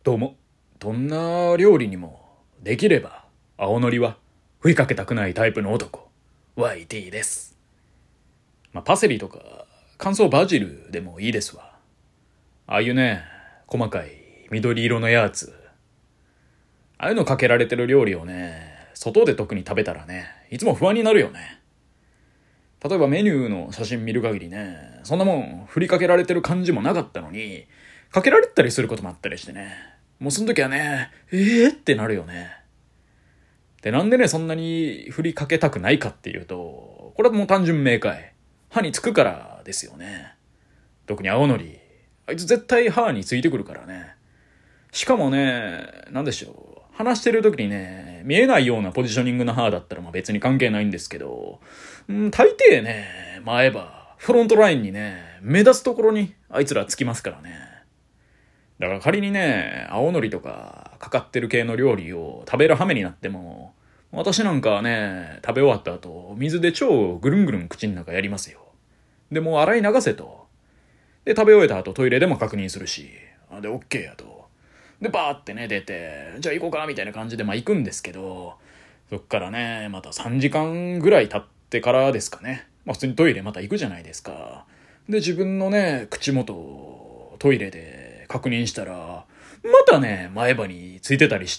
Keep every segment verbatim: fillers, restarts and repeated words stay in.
どうも、どんな料理にもできれば青のりは振りかけたくないタイプの男 ワイティー です。まあ、パセリとか乾燥バジルでもいいですわ。ああいうね、細かい緑色のやつ、ああいうのかけられてる料理をね、外で特に食べたらね、いつも不安になるよね。例えばメニューの写真見る限りね、そんなもん振りかけられてる感じもなかったのに、かけられたりすることもあったりしてね。もうその時はね、えーってなるよね。で、なんでね、そんなに振りかけたくないかっていうと、これはもう単純明快。歯につくからですよね。特に青のり。あいつ絶対歯についてくるからね。しかもね、なんでしょう。話してる時にね、見えないようなポジショニングの歯だったらまあ別に関係ないんですけど、うん、大抵ね、前歯、フロントラインにね、目立つところにあいつらつきますからね。だから仮にね、青のりとかかかってる系の料理を食べる羽目になっても、私なんかはね、食べ終わった後、水で腸をぐるんぐるん口の中やりますよ。で、もう洗い流せと。で、食べ終えた後トイレでも確認するし、で、オッケーやと。で、バーってね、出て、じゃあ行こうか、みたいな感じで、まあ行くんですけど、そっからね、またさんじかんぐらい経ってからですかね。まあ普通にトイレまた行くじゃないですか。で、自分のね、口元をトイレで確認したら、またね、前歯についてたりして、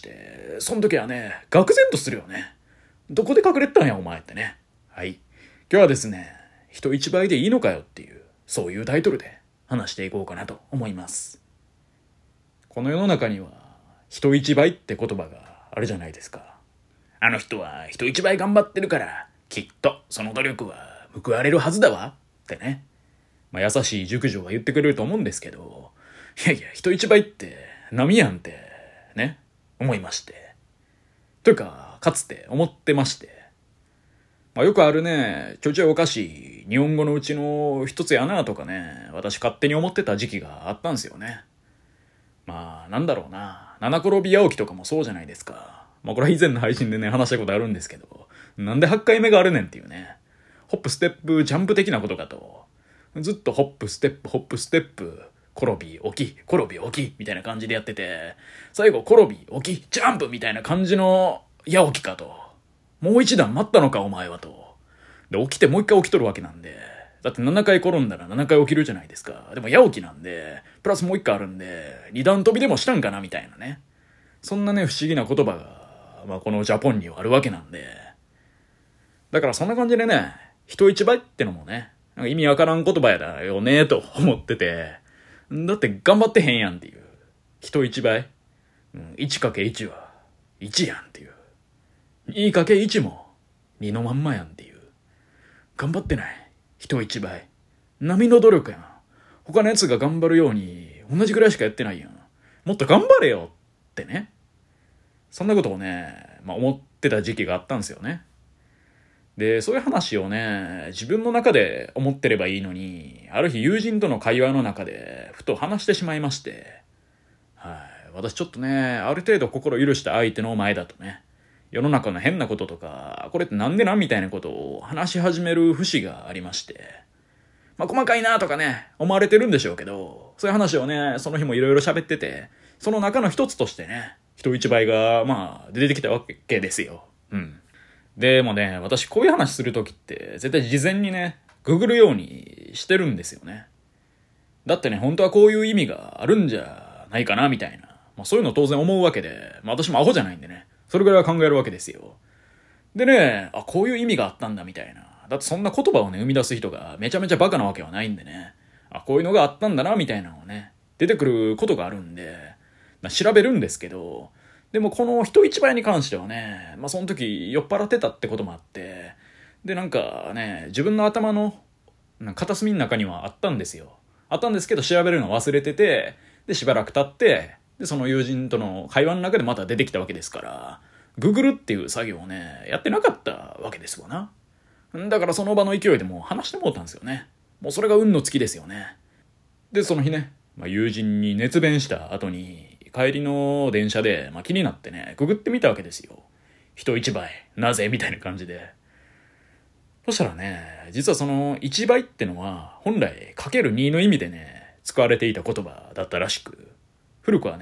その時はね、愕然とするよね。どこで隠れてたんや、お前ってね。はい。今日はですね、人一倍でいいのかよっていう、そういうタイトルで話していこうかなと思います。この世の中には人一倍って言葉があるじゃないですか。あの人は人一倍頑張ってるからきっとその努力は報われるはずだわってね。まあ、優しい熟女が言ってくれると思うんですけど、いやいや人一倍って何やんってね思いまして。というかかつて思ってまして。まあ、よくあるね、ちょいちょいおかしい日本語のうちの一つやなとかね、私勝手に思ってた時期があったんですよね。まあ、なんだろうな。七転び八起きとかもそうじゃないですか。まあこれは以前の配信でね、話したことあるんですけど、なんではちかいめがあるねんっていうね。ホップステップジャンプ的なことかと。ずっとホップステップホップステップ、転び起き、転び起きみたいな感じでやってて、最後転び起き、ジャンプみたいな感じの八起きかと。もう一段待ったのかお前はと。で、起きてもう一回起きとるわけなんで。だってななかい転んだらななかい起きるじゃないですか。でも八起きなんで、プラスもう一回あるんで、二段飛びでもしたんかなみたいなね。そんなね、不思議な言葉が、まあこのジャポンにはあるわけなんで。だからそんな感じでね、人一倍ってのもね、なんか意味わからん言葉やだよねと思ってて、だって頑張ってへんやんっていう。人一倍、うん、いちかけるいち はいちやんっていう。にかけるいち もにのまんまやんっていう。頑張ってない。人一倍。波の努力やん。他のやつが頑張るように同じぐらいしかやってないやん。もっと頑張れよってね。そんなことをね、まあ思ってた時期があったんですよね。で、そういう話をね、自分の中で思ってればいいのに、ある日友人との会話の中でふと話してしまいまして、はい。私ちょっとね、ある程度心許した相手の前だとね、世の中の変なこととか、これってなんでなんみたいなことを話し始める節がありまして。まあ細かいなとかね、思われてるんでしょうけど、そういう話をね、その日もいろいろ喋ってて、その中の一つとしてね、人一倍が、まあ、出てきたわけですよ。うん。でもね、私こういう話するときって、絶対事前にね、ググるようにしてるんですよね。だってね、本当はこういう意味があるんじゃないかな、みたいな。まあそういうの当然思うわけで、まあ私もアホじゃないんでね。それぐらいは考えるわけですよ。でね、あ、こういう意味があったんだみたいな。だってそんな言葉をね、生み出す人がめちゃめちゃバカなわけはないんでね。あ、こういうのがあったんだなみたいなのをね、出てくることがあるんで、まあ、調べるんですけど、でもこの人一倍に関してはね、まあその時酔っ払ってたってこともあって、でなんかね、自分の頭の片隅の中にはあったんですよ。あったんですけど調べるの忘れてて、でしばらく経って、でその友人との会話の中でまた出てきたわけですから、ググるっていう作業をね、やってなかったわけですわな。だからその場の勢いでもう話してもうたんですよね。もうそれが運の尽きですよね。で、その日ね、まあ、友人に熱弁した後に、帰りの電車で、まあ、気になってね、ググってみたわけですよ。人一倍、なぜみたいな感じで。そしたらね、実はその一倍ってのは、本来かけるにの意味でね、使われていた言葉だったらしく、古くはね、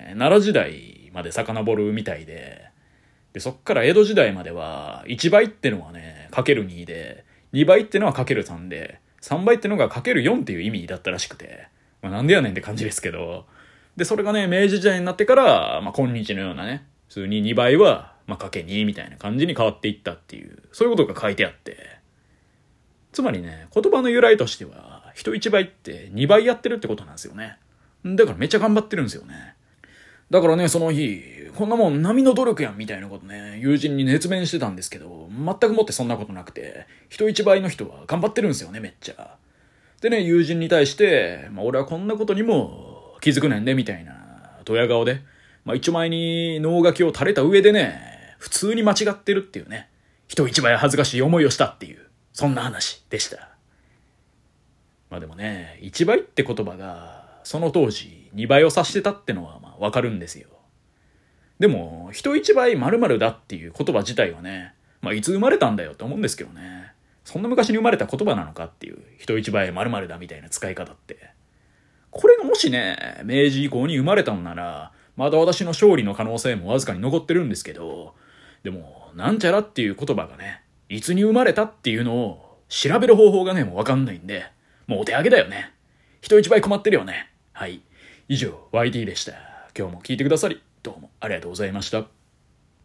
ね、奈良時代まで遡るみたいで、で、そっから江戸時代までは、いちばいってのはね、かけるにで、にばいってのはかけるさんで、さんばいってのがかけるよんっていう意味だったらしくて、まあなんでやねんって感じですけど、で、それがね、明治時代になってから、まあ今日のようなね、普通ににばいは、まあかけにみたいな感じに変わっていったっていう、そういうことが書いてあって、つまりね、言葉の由来としては、人いちばいってにばいやってるってことなんですよね。だからめっちゃ頑張ってるんですよね。だからね、その日、こんなもん波の努力やんみたいなことね、友人に熱弁してたんですけど、全くもってそんなことなくて、人一倍の人は頑張ってるんですよね、めっちゃ。でね、友人に対して、まあ俺はこんなことにも気づくねんで、みたいな、ドヤ顔で、まあ一枚に脳書きを垂れた上でね、普通に間違ってるっていうね、人一倍恥ずかしい思いをしたっていう、そんな話でした。まあでもね、一倍って言葉が、その当時にばいを指してたってのはまあわかるんですよ。でも、人一倍〇〇だっていう言葉自体はね、まあいつ生まれたんだよって思うんですけどね。そんな昔に生まれた言葉なのかっていう、人一倍〇〇だみたいな使い方って。これがもしね、明治以降に生まれたのなら、まだ私の勝利の可能性もわずかに残ってるんですけど、でも、なんちゃらっていう言葉がね、いつに生まれたっていうのを調べる方法がね、もうわかんないんで、もうお手上げだよね。人一倍困ってるよね。はい。以上、ワイティー でした。今日も聞いてくださり、どうもありがとうございました。